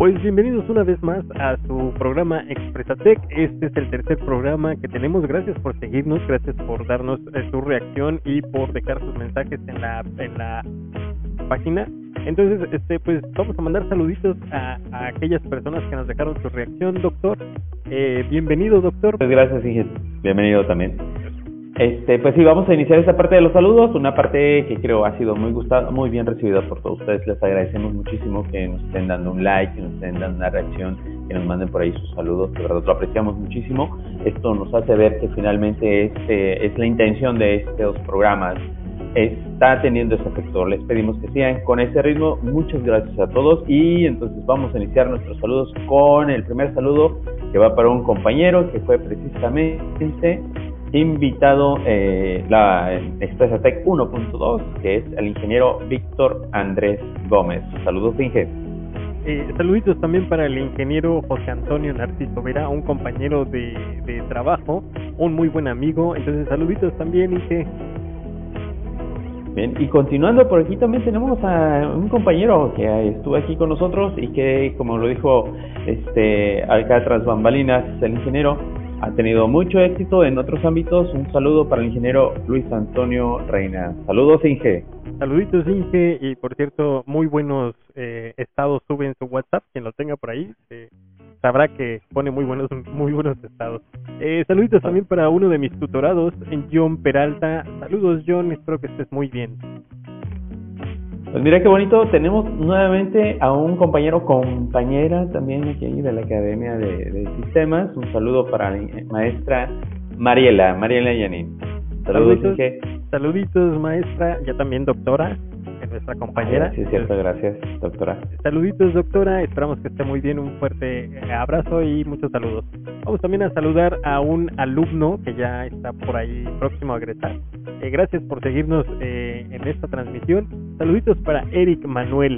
Pues bienvenidos una vez más a su programa Expresatec. Este es el tercer programa que tenemos. Gracias por seguirnos, gracias por darnos su reacción y por dejar sus mensajes en la página. Entonces, pues vamos a mandar saluditos a aquellas personas que nos dejaron su reacción, doctor. Bienvenido, doctor. Pues gracias, Inge. Bienvenido también. Pues sí, vamos a iniciar esta parte de los saludos, una parte que creo ha sido muy bien recibida por todos ustedes. Les agradecemos muchísimo que nos estén dando un like, que nos estén dando una reacción, que nos manden por ahí sus saludos, de verdad lo apreciamos muchísimo. Esto nos hace ver que finalmente es la intención de estos programas, está teniendo ese efecto. Les pedimos que sigan con ese ritmo. Muchas gracias a todos y entonces vamos a iniciar nuestros saludos con el primer saludo que va para un compañero que fue precisamente invitado la Expresatec 1.2, que es el ingeniero Víctor Andrés Gómez. Saludos, Inge. Saluditos también para el ingeniero José Antonio Narciso Vera, un compañero de trabajo, un muy buen amigo. Entonces, saluditos también, Inge. Bien, y continuando por aquí también tenemos a un compañero que estuvo aquí con nosotros y que, como lo dijo acá tras bambalinas, el ingeniero ha tenido mucho éxito en otros ámbitos. Un saludo para el ingeniero Luis Antonio Reina. Saludos, Inge. Saluditos, Inge, y por cierto, muy buenos estados sube en su WhatsApp. Quien lo tenga por ahí sabrá que pone muy buenos estados. Saluditos también para uno de mis tutorados, John Peralta. Saludos, John, espero que estés muy bien. Pues mira qué bonito, tenemos nuevamente a un compañera también aquí de la Academia de Sistemas. Un saludo para la maestra Mariela Yanin. Saluditos, saluditos, maestra, ya también doctora, nuestra compañera. Sí, es cierto, gracias, doctora. Saluditos, doctora, esperamos que esté muy bien, un fuerte abrazo y muchos saludos. Vamos también a saludar a un alumno que ya está por ahí próximo a egresar. Gracias por seguirnos en esta transmisión. Saluditos para Eric Manuel.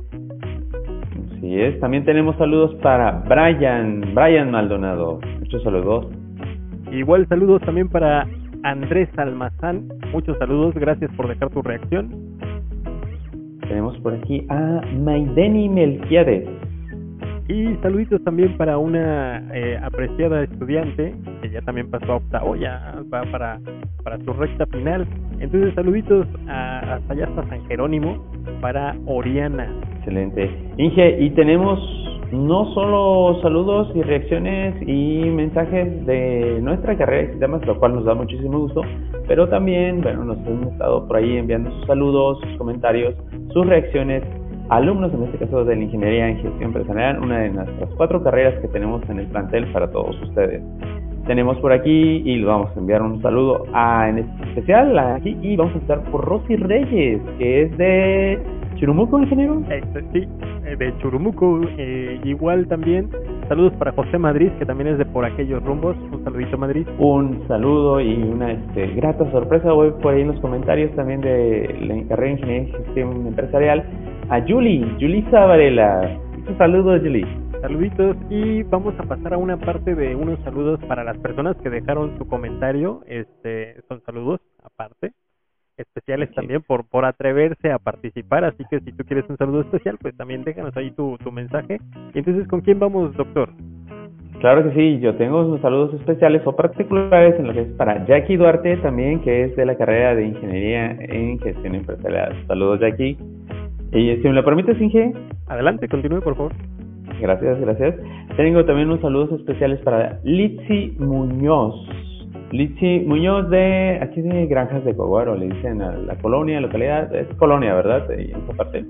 Así es, también tenemos saludos para Brian Maldonado. Muchos saludos. Igual saludos también para Andrés Almazán. Muchos saludos, gracias por dejar tu reacción. Tenemos por aquí a Maideni Melquiades. Y saluditos también para una apreciada estudiante que ya también pasó a octavo, ya va para su recta final. Entonces saluditos hasta allá, hasta San Jerónimo, para Oriana. Excelente. Inge, y tenemos no solo saludos y reacciones y mensajes de nuestra carrera de sistemas, lo cual nos da muchísimo gusto, pero también, nos han estado por ahí enviando sus saludos, sus comentarios, sus reacciones, alumnos, en este caso de la Ingeniería en Gestión Empresarial, una de nuestras 4 carreras que tenemos en el plantel para todos ustedes. Tenemos por aquí y les vamos a enviar un saludo en especial aquí, y vamos a estar por Rosy Reyes, que es de Churumuco, ingeniero. Sí, de Churumuco. Igual también saludos para José Madrid, que también es de por aquellos rumbos. Un saludito, Madrid. Un saludo y una grata sorpresa. Voy por ahí en los comentarios también de la carrera de Ingeniería en Gestión Empresarial a Julisa Varela. Un saludo, Julie. Saluditos, y vamos a pasar a una parte de unos saludos para las personas que dejaron su comentario. Son saludos aparte, especiales también por atreverse a participar, así que si tú quieres un saludo especial, pues también déjanos ahí tu mensaje. Y entonces, ¿con quién vamos, doctor? Claro que sí, yo tengo unos saludos especiales o particulares en lo que es para Jackie Duarte también, que es de la carrera de Ingeniería en Gestión Empresarial. Saludos, Jackie. Y si me lo permites, Inge. Adelante, continúe, por favor. Gracias. Tengo también unos saludos especiales para Litsi Muñoz. Litsi Muñoz de aquí de Granjas de Coguaro, le dicen a la colonia, localidad, es colonia, ¿verdad? En esta parte.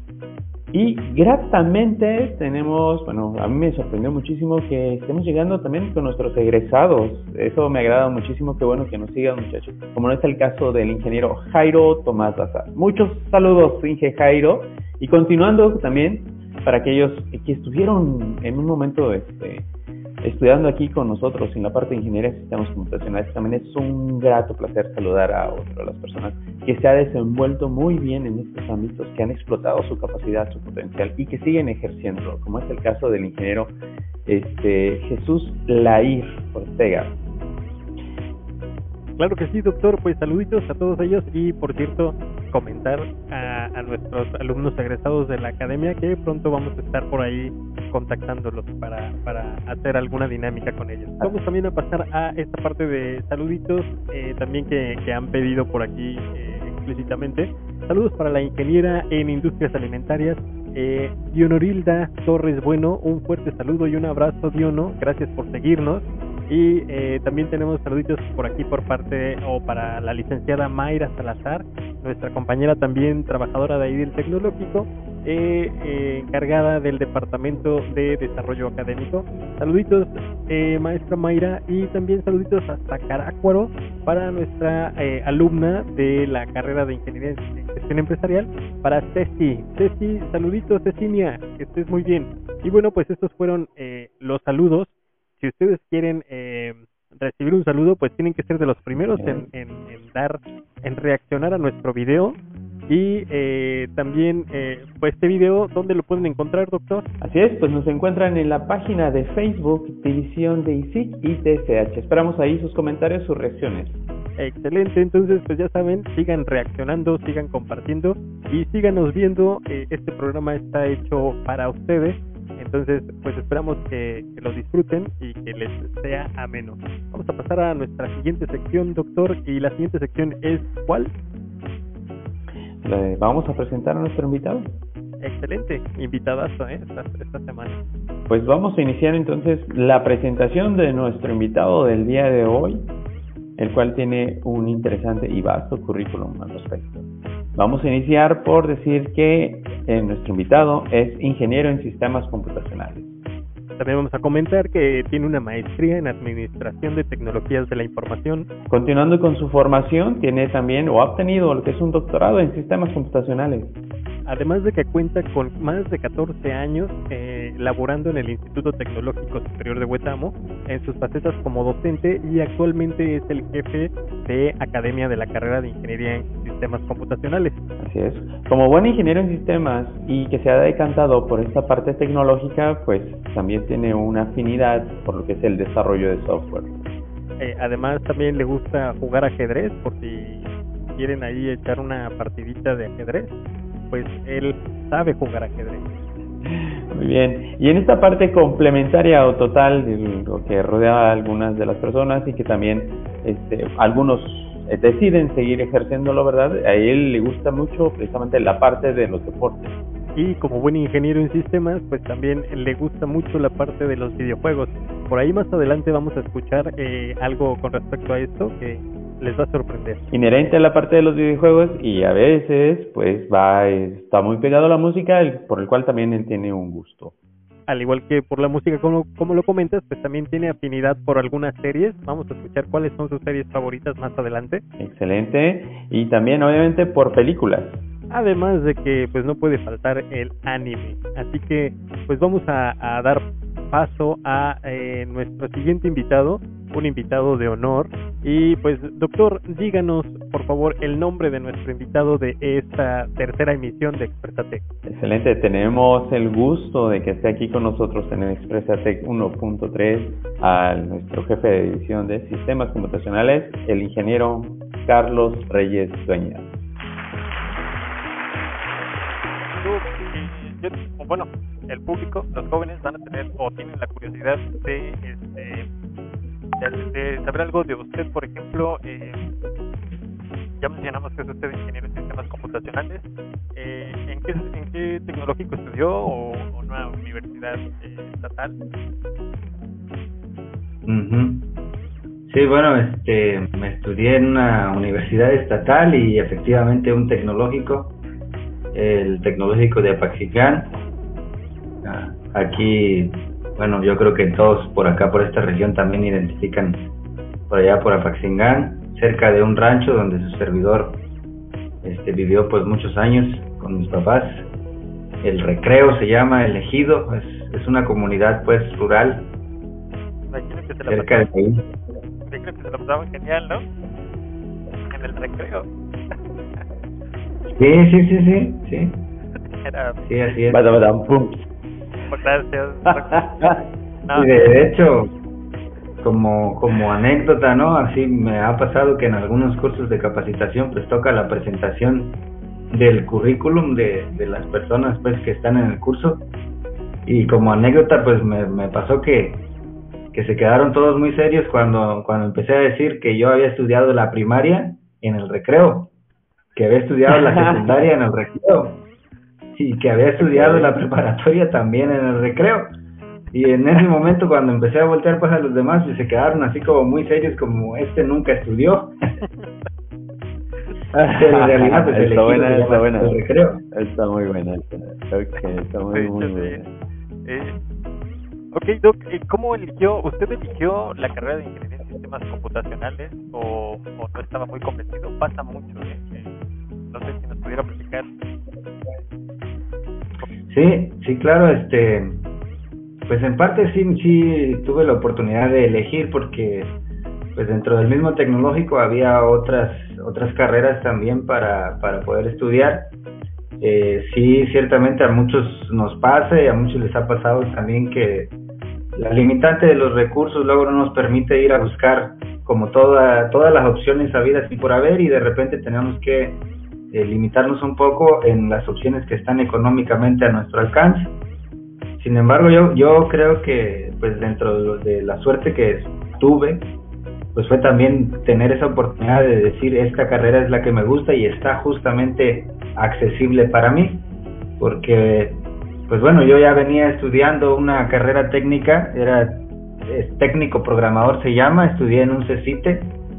Y gratamente tenemos, a mí me sorprendió muchísimo que estemos llegando también con nuestros egresados. Eso me agrada muchísimo, qué bueno que nos sigan, muchachos. Como no es el caso del ingeniero Jairo Tomás Daza. Muchos saludos, Inge Jairo. Y continuando también, para aquellos que estuvieron en un momento estudiando aquí con nosotros en la parte de Ingeniería de Sistemas Computacionales, también es un grato placer saludar a otra de las personas que se ha desenvuelto muy bien en estos ámbitos, que han explotado su capacidad, su potencial y que siguen ejerciéndolo, como es el caso del ingeniero Jesús Lair Ortega. Claro que sí, doctor, pues saluditos a todos ellos. Y por cierto, comentar a nuestros alumnos egresados de la academia que pronto vamos a estar por ahí contactándolos para hacer alguna dinámica con ellos. Vamos también a pasar a esta parte de saluditos también que han pedido por aquí explícitamente. Saludos para la ingeniera en Industrias Alimentarias, Dionorilda Torres Bueno. Un fuerte saludo y un abrazo, Diono, gracias por seguirnos. Y también tenemos saluditos por aquí por parte para la licenciada Mayra Salazar, nuestra compañera también trabajadora de ahí del tecnológico, encargada del departamento de desarrollo académico. Saluditos, maestra Mayra, y también saluditos hasta Carácuaro para nuestra alumna de la carrera de Ingeniería en Gestión Empresarial, para Ceci, saluditos Cecilia, que estés muy bien. Y bueno, pues estos fueron los saludos. Si ustedes quieren recibir un saludo, pues tienen que ser de los primeros en reaccionar a nuestro video. Y también, pues este video, ¿dónde lo pueden encontrar, doctor? Así es, pues nos encuentran en la página de Facebook, División de ISIC y TSH. Esperamos ahí sus comentarios, sus reacciones. Excelente, entonces pues ya saben, sigan reaccionando, sigan compartiendo y síganos viendo. Este programa está hecho para ustedes. Entonces, pues esperamos que lo disfruten y que les sea ameno. Vamos a pasar a nuestra siguiente sección, doctor, y la siguiente sección es ¿cuál? Vamos a presentar a nuestro invitado. Excelente, invitadazo, esta semana. Pues vamos a iniciar entonces la presentación de nuestro invitado del día de hoy, el cual tiene un interesante y vasto currículum al respecto. Vamos a iniciar por decir que nuestro invitado es ingeniero en sistemas computacionales. También vamos a comentar que tiene una maestría en Administración de Tecnologías de la Información. Continuando con su formación, tiene también o ha obtenido lo que es un doctorado en sistemas computacionales. Además de que cuenta con más de 14 años laborando en el Instituto Tecnológico Superior de Huetamo en sus facetas como docente, y actualmente es el jefe de academia de la carrera de Ingeniería en Sistemas Computacionales. Así es. Como buen ingeniero en sistemas y que se ha decantado por esta parte tecnológica, pues también tiene una afinidad por lo que es el desarrollo de software. Además también le gusta jugar ajedrez, por si quieren ahí echar una partidita de ajedrez, pues él sabe jugar ajedrez. Muy bien. Y en esta parte complementaria o total de lo que rodea a algunas de las personas y que también algunos deciden seguir ejerciéndolo, ¿verdad? A él le gusta mucho precisamente la parte de los deportes. Y como buen ingeniero en sistemas, pues también le gusta mucho la parte de los videojuegos. Por ahí más adelante vamos a escuchar algo con respecto a esto que les va a sorprender. Inherente a la parte de los videojuegos, y a veces pues está muy pegado a la música, por el cual también él tiene un gusto. Al igual que por la música, como lo comentas, pues también tiene afinidad por algunas series. Vamos a escuchar cuáles son sus series favoritas más adelante. Excelente. Y también obviamente por películas. Además de que pues no puede faltar el anime. Así que pues vamos a dar paso a nuestro siguiente invitado, un invitado de honor. Y pues doctor, díganos por favor el nombre de nuestro invitado de esta tercera emisión de Expresatec. Excelente, tenemos el gusto de que esté aquí con nosotros en el Expresatec 1.3 a nuestro jefe de división de sistemas computacionales, el ingeniero Carlos Reyes Dueñas. Bueno, el público, los jóvenes van a tener o tienen la curiosidad de saber algo de usted. Por ejemplo, ya mencionamos que es usted ingeniero en sistemas computacionales. ¿En qué tecnológico estudió o una universidad estatal? Sí, bueno, me estudié en una universidad estatal y efectivamente un tecnológico, el tecnológico de Apaxingán. Aquí, bueno, yo creo que todos por acá, por esta región, también identifican por allá por Apaxingán, cerca de un rancho donde su servidor vivió pues muchos años con mis papás. El Recreo se llama, el Ejido, es una comunidad pues rural cerca de ahí. Imagino que se lo pasaban genial, ¿no? En el Recreo. Sí. Era... Sí, así es. Gracias. No. Y de hecho, como anécdota, ¿no? Así me ha pasado que en algunos cursos de capacitación pues toca la presentación del currículum de las personas pues que están en el curso. Y como anécdota, pues me pasó que se quedaron todos muy serios cuando empecé a decir que yo había estudiado la primaria en el recreo, que había estudiado la secundaria en el recreo y que había estudiado la preparatoria también en el recreo. Y en ese momento, cuando empecé a voltear pues a los demás, se quedaron así como muy serios, como este nunca estudió. Pero en realidad pues está buena. El recreo. Está muy buena. Okay, está muy buena. Ok, Doc, ¿usted eligió la carrera de Ingeniería en Sistemas Computacionales o no estaba muy convencido? Pasa mucho, no sé si nos pudiera platicar. Sí, claro, pues en parte sí tuve la oportunidad de elegir porque pues dentro del mismo tecnológico había otras carreras también para poder estudiar. Sí, ciertamente a muchos nos pasa y a muchos les ha pasado también que la limitante de los recursos luego no nos permite ir a buscar como todas las opciones habidas y por haber, y de repente tenemos que limitarnos un poco en las opciones que están económicamente a nuestro alcance. Sin embargo, yo creo que pues dentro de la suerte que tuve, pues fue también tener esa oportunidad de decir esta carrera es la que me gusta y está justamente accesible para mí, porque pues bueno, yo ya venía estudiando una carrera técnica, técnico programador se llama, estudié en un CECITE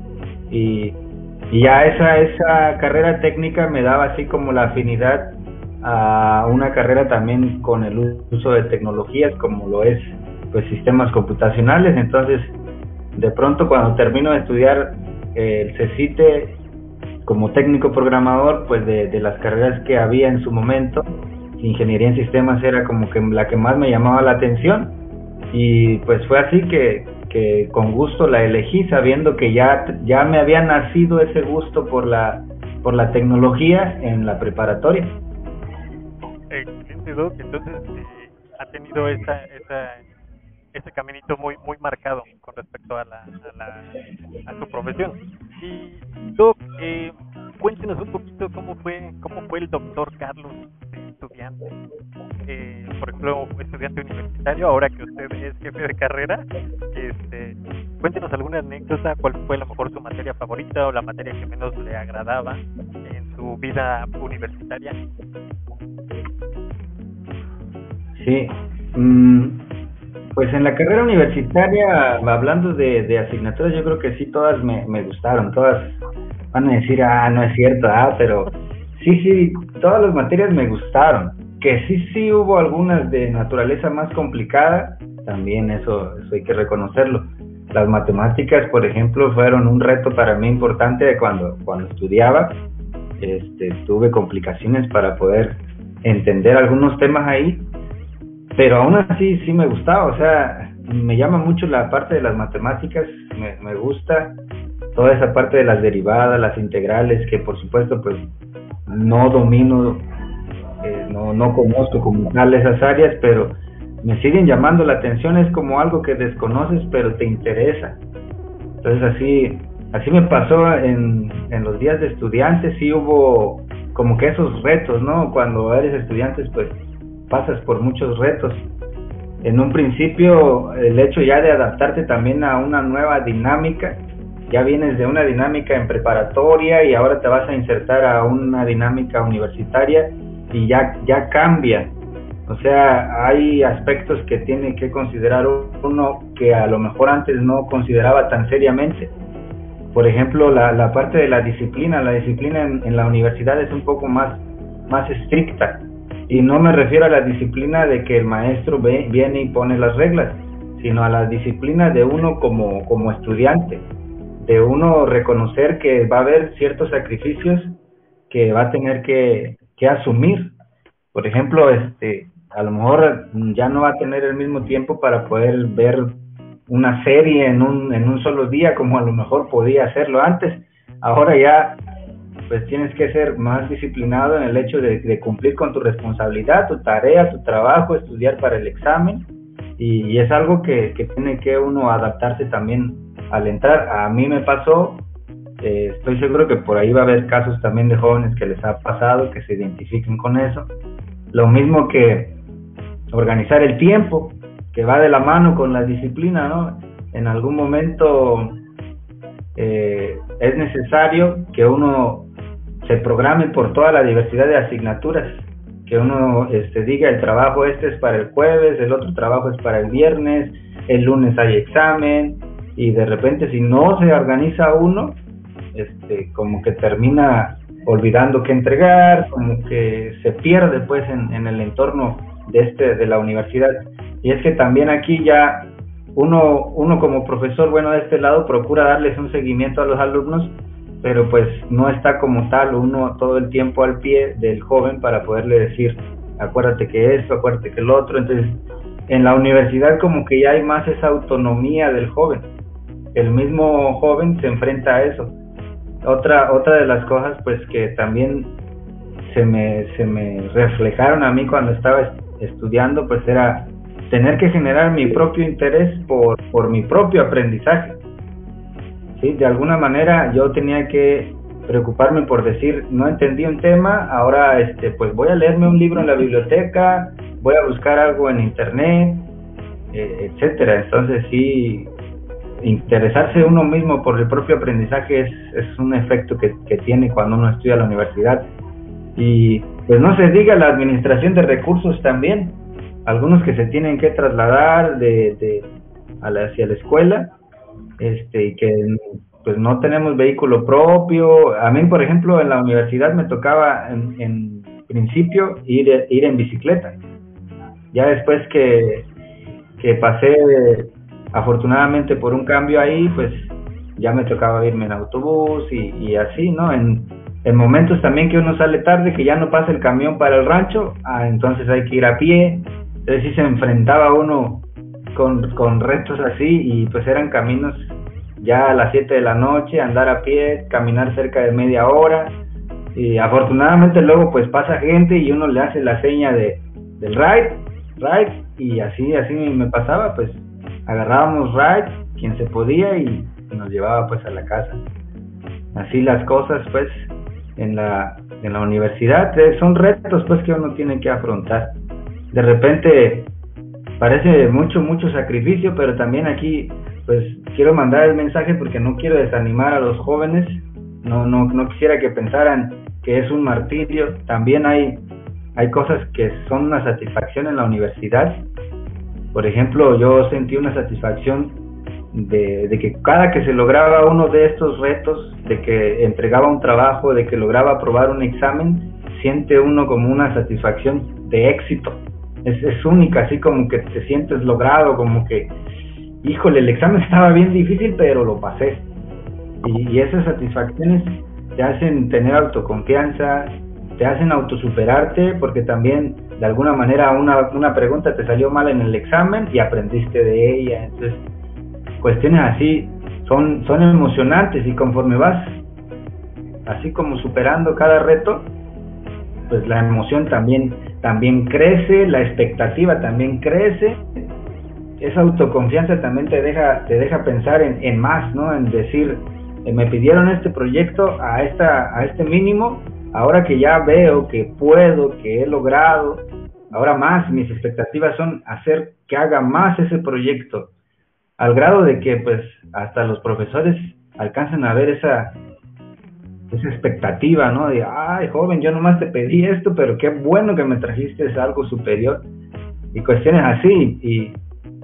y ya esa carrera técnica me daba así como la afinidad a una carrera también con el uso de tecnologías como lo es pues sistemas computacionales. Entonces de pronto cuando termino de estudiar el CECITE como técnico programador, pues de las carreras que había en su momento, Ingeniería en Sistemas era como que la que más me llamaba la atención, y pues fue así que con gusto la elegí, sabiendo que ya me había nacido ese gusto por la tecnología en la preparatoria. Excelente, Doc. Entonces ha tenido ese caminito muy marcado con respecto a su profesión. Y Doc, cuéntenos un poquito cómo fue el doctor Carlos estudiante, por ejemplo, estudiante universitario, ahora que usted es jefe de carrera. Cuéntenos alguna anécdota, cuál fue a lo mejor su materia favorita o la materia que menos le agradaba en su vida universitaria. Sí, pues en la carrera universitaria, hablando de asignaturas, yo creo que sí, todas me gustaron. Todas van a decir, no es cierto, pero sí, todas las materias me gustaron. Que sí hubo algunas de naturaleza más complicada, también eso hay que reconocerlo. Las matemáticas, por ejemplo, fueron un reto para mí importante cuando estudiaba. Tuve complicaciones para poder entender algunos temas ahí, pero aún así sí me gustaba. O sea, me llama mucho la parte de las matemáticas, me gusta toda esa parte de las derivadas, las integrales, que por supuesto pues no domino, no conozco como tal esas áreas, pero me siguen llamando la atención. Es como algo que desconoces pero te interesa. Entonces así me pasó en los días de estudiante. Sí hubo como que esos retos, ¿no? Cuando eres estudiante pues pasas por muchos retos. En un principio el hecho ya de adaptarte también a una nueva dinámica, ya vienes de una dinámica en preparatoria y ahora te vas a insertar a una dinámica universitaria y ya cambia. O sea, hay aspectos que tiene que considerar uno que a lo mejor antes no consideraba tan seriamente. Por ejemplo, la parte de la disciplina en la universidad es un poco más estricta, y no me refiero a la disciplina de que el maestro viene y pone las reglas, sino a la disciplina de uno como estudiante, de uno reconocer que va a haber ciertos sacrificios que va a tener que asumir. Por ejemplo, a lo mejor ya no va a tener el mismo tiempo para poder ver una serie en un solo día como a lo mejor podía hacerlo antes. Ahora ya pues tienes que ser más disciplinado en el hecho de cumplir con tu responsabilidad, tu tarea, tu trabajo, estudiar para el examen, y es algo que tiene que uno adaptarse también al entrar. A mí me pasó Estoy seguro que por ahí va a haber casos también de jóvenes que les ha pasado, que se identifiquen con eso. Lo mismo que organizar el tiempo, que va de la mano con la disciplina, ¿no? En algún momento es necesario que uno se programe por toda la diversidad de asignaturas, que uno diga el trabajo es para el jueves, el otro trabajo es para el viernes, el lunes hay examen, y de repente si no se organiza uno, como que termina olvidando qué entregar, como que se pierde pues en el entorno de la universidad. Y es que también aquí ya uno como profesor, bueno, de este lado procura darles un seguimiento a los alumnos, pero pues no está como tal uno todo el tiempo al pie del joven para poderle decir, acuérdate que esto, acuérdate que lo otro. Entonces, en la universidad como que ya hay más esa autonomía del joven. El mismo joven se enfrenta a eso. Otra de las cosas pues que también se me reflejaron a mí cuando estaba estudiando, pues era tener que generar mi propio interés por mi propio aprendizaje. ¿Sí? De alguna manera yo tenía que preocuparme por decir, no entendí un tema, ahora pues voy a leerme un libro en la biblioteca, voy a buscar algo en internet, etcétera. Entonces sí, interesarse uno mismo por el propio aprendizaje es un efecto que tiene cuando uno estudia en la universidad. Y pues no se diga la administración de recursos también, algunos que se tienen que trasladar hacia la escuela, y que pues no tenemos vehículo propio. A mí, por ejemplo, en la universidad me tocaba en principio ir en bicicleta. Ya después que pasé afortunadamente por un cambio ahí, pues ya me tocaba irme en autobús y así, ¿no? En momentos también que uno sale tarde, que ya no pasa el camión para el rancho, entonces hay que ir a pie. Entonces sí se enfrentaba uno con retos así, y pues eran caminos ya a las 7 de la noche, andar a pie, caminar cerca de media hora, y afortunadamente luego pues pasa gente y uno le hace la seña del ride, y así me pasaba, pues agarrábamos ride, quien se podía, y nos llevaba pues a la casa. Así las cosas pues en la universidad, son retos pues que uno tiene que afrontar. De repente parece mucho sacrificio, pero también aquí pues quiero mandar el mensaje porque no quiero desanimar a los jóvenes, no quisiera que pensaran que es un martirio. También hay cosas que son una satisfacción en la universidad. Por ejemplo, yo sentí una satisfacción de que cada que se lograba uno de estos retos, de que entregaba un trabajo, de que lograba aprobar un examen, siente uno como una satisfacción de éxito. Es única, así como que te sientes logrado, como que, híjole, el examen estaba bien difícil, pero lo pasé. Y esas satisfacciones te hacen tener autoconfianza, te hacen autosuperarte, porque también de alguna manera una pregunta te salió mal en el examen y aprendiste de ella. Entonces, cuestiones así son emocionantes, y conforme vas así como superando cada reto, pues la emoción también crece, la expectativa también crece. Esa autoconfianza también te deja pensar en más, ¿no? En decir, me pidieron este proyecto a este mínimo, ahora que ya veo que puedo, que he logrado, ahora más mis expectativas son hacer que haga más ese proyecto, al grado de que pues hasta los profesores alcanzan a ver esa expectativa, ¿no? De, ay, joven, yo nomás te pedí esto, pero qué bueno que me trajiste algo superior, y cuestiones así. Y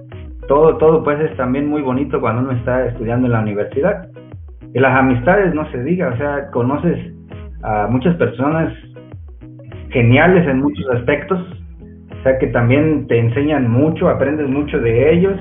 todo pues es también muy bonito cuando uno está estudiando en la universidad. Y las amistades, no se diga, o sea, conoces a muchas personas geniales en muchos aspectos, o sea, que también te enseñan mucho, aprendes mucho de ellos.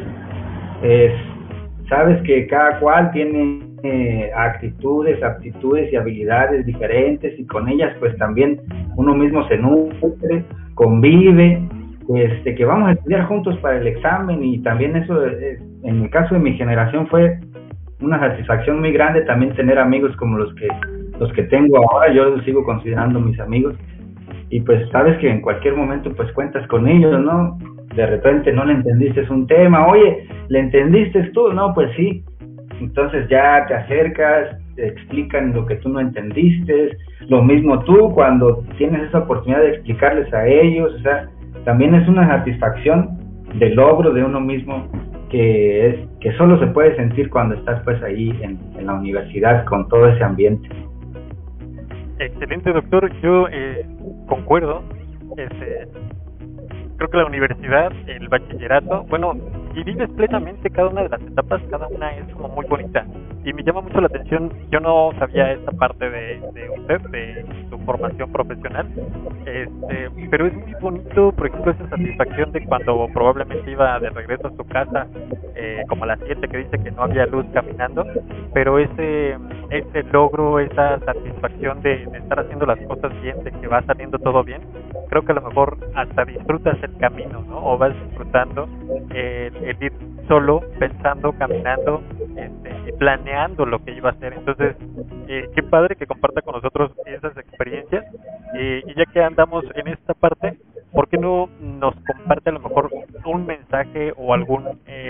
Sabes que cada cual tiene actitudes, aptitudes y habilidades diferentes, y con ellas pues también uno mismo se nutre, convive, que vamos a estudiar juntos para el examen. Y también eso, en el caso de mi generación, fue una satisfacción muy grande también tener amigos como los que tengo ahora. Yo los sigo considerando mis amigos, y pues sabes que en cualquier momento pues cuentas con ellos, ¿no? De repente no le entendiste un tema, oye, ¿le entendiste tú? No, pues sí. Entonces ya te acercas, te explican lo que tú no entendiste, lo mismo tú cuando tienes esa oportunidad de explicarles a ellos, o sea, también es una satisfacción de logro de uno mismo que solo se puede sentir cuando estás pues ahí en la universidad con todo ese ambiente. Excelente, doctor. Yo concuerdo. Creo que la universidad, el bachillerato, bueno, y vives plenamente cada una de las etapas, cada una es como muy bonita. Y me llama mucho la atención, yo no sabía esta parte de usted, de su formación profesional, pero es muy bonito, por ejemplo, esa satisfacción de cuando probablemente iba de regreso a su casa, como a las 7, que dice que no había luz caminando, pero ese logro, esa satisfacción de estar haciendo las cosas bien, de que va saliendo todo bien, creo que a lo mejor hasta disfrutas el camino, ¿no? O vas disfrutando el ir solo, pensando, caminando, y planeando lo que iba a hacer. Entonces, qué padre que comparta con nosotros esas experiencias. Y ya que andamos en esta parte, ¿por qué no nos comparte a lo mejor un mensaje o algún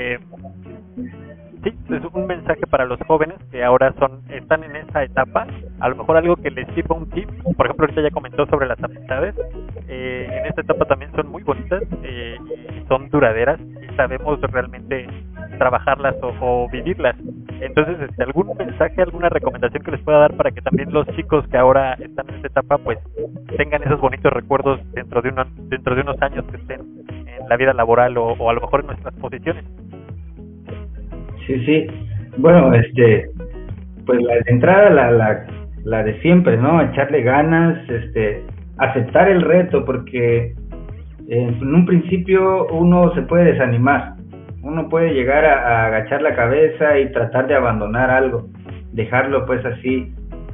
sí, es un mensaje para los jóvenes que ahora están en esa etapa, a lo mejor algo que les sirva, un tip? Por ejemplo, ahorita ya comentó sobre las amistades, en esta etapa también son muy bonitas, y son duraderas y sabemos realmente trabajarlas o vivirlas. Entonces, algún mensaje, alguna recomendación que les pueda dar para que también los chicos que ahora están en esta etapa pues tengan esos bonitos recuerdos dentro de unos años que estén en la vida laboral o a lo mejor en nuestras posiciones. Sí, bueno, pues la de entrada, la de siempre, ¿no? Echarle ganas, aceptar el reto, porque en un principio uno se puede desanimar, uno puede llegar a agachar la cabeza y tratar de abandonar algo, dejarlo pues así.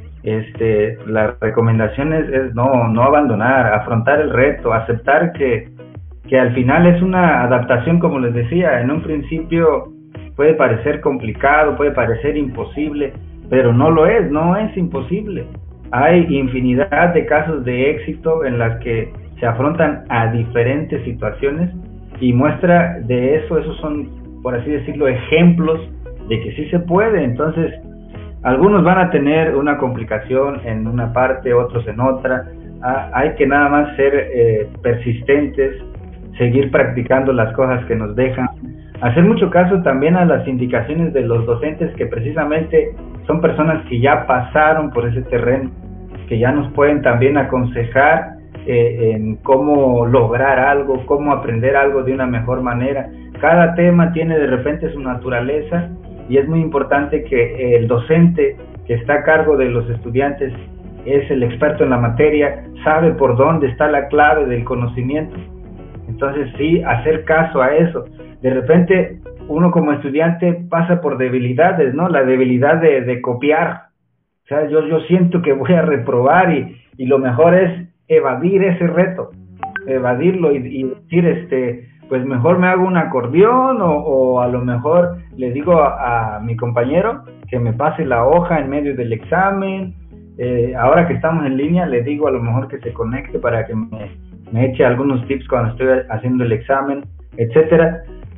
La recomendación es no abandonar, afrontar el reto, aceptar que al final es una adaptación, como les decía. En un principio puede parecer complicado, puede parecer imposible, pero no es imposible. Hay infinidad de casos de éxito en las que se afrontan a diferentes situaciones, y muestra de eso, esos son, por así decirlo, ejemplos de que sí se puede. Entonces, algunos van a tener una complicación en una parte, otros en otra. Hay que nada más ser persistentes, seguir practicando las cosas que nos dejan, hacer mucho caso también a las indicaciones de los docentes, que precisamente son personas que ya pasaron por ese terreno, que ya nos pueden también aconsejar en cómo lograr algo, cómo aprender algo de una mejor manera. Cada tema tiene de repente su naturaleza, y es muy importante que el docente que está a cargo de los estudiantes es el experto en la materia, sabe por dónde está la clave del conocimiento. Entonces sí, hacer caso a eso. De repente uno como estudiante pasa por debilidades, ¿no? La debilidad de copiar. O sea, yo siento que voy a reprobar, y lo mejor es evadir ese reto, evadirlo y decir, pues mejor me hago un acordeón, o a lo mejor le digo a mi compañero que me pase la hoja en medio del examen. Ahora que estamos en línea, le digo a lo mejor que se conecte para que me eche algunos tips cuando estoy haciendo el examen, etcétera.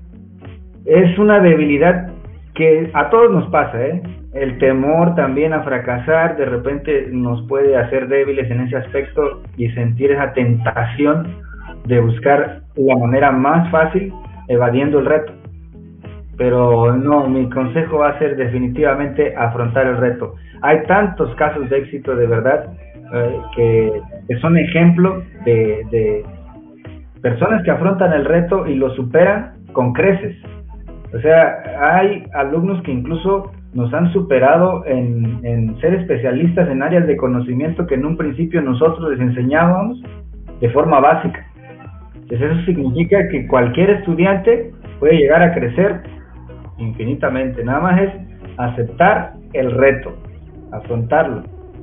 Es una debilidad que a todos nos pasa, El temor también a fracasar de repente nos puede hacer débiles en ese aspecto, y sentir esa tentación de buscar la manera más fácil evadiendo el reto. Pero no, mi consejo va a ser definitivamente afrontar el reto. Hay tantos casos de éxito de verdad que son ejemplo de personas que afrontan el reto y lo superan con creces. O sea, hay alumnos que incluso nos han superado en ser especialistas en áreas de conocimiento que en un principio nosotros les enseñábamos de forma básica. Entonces eso significa que cualquier estudiante puede llegar a crecer infinitamente. Nada más es aceptar el reto, afrontarlo.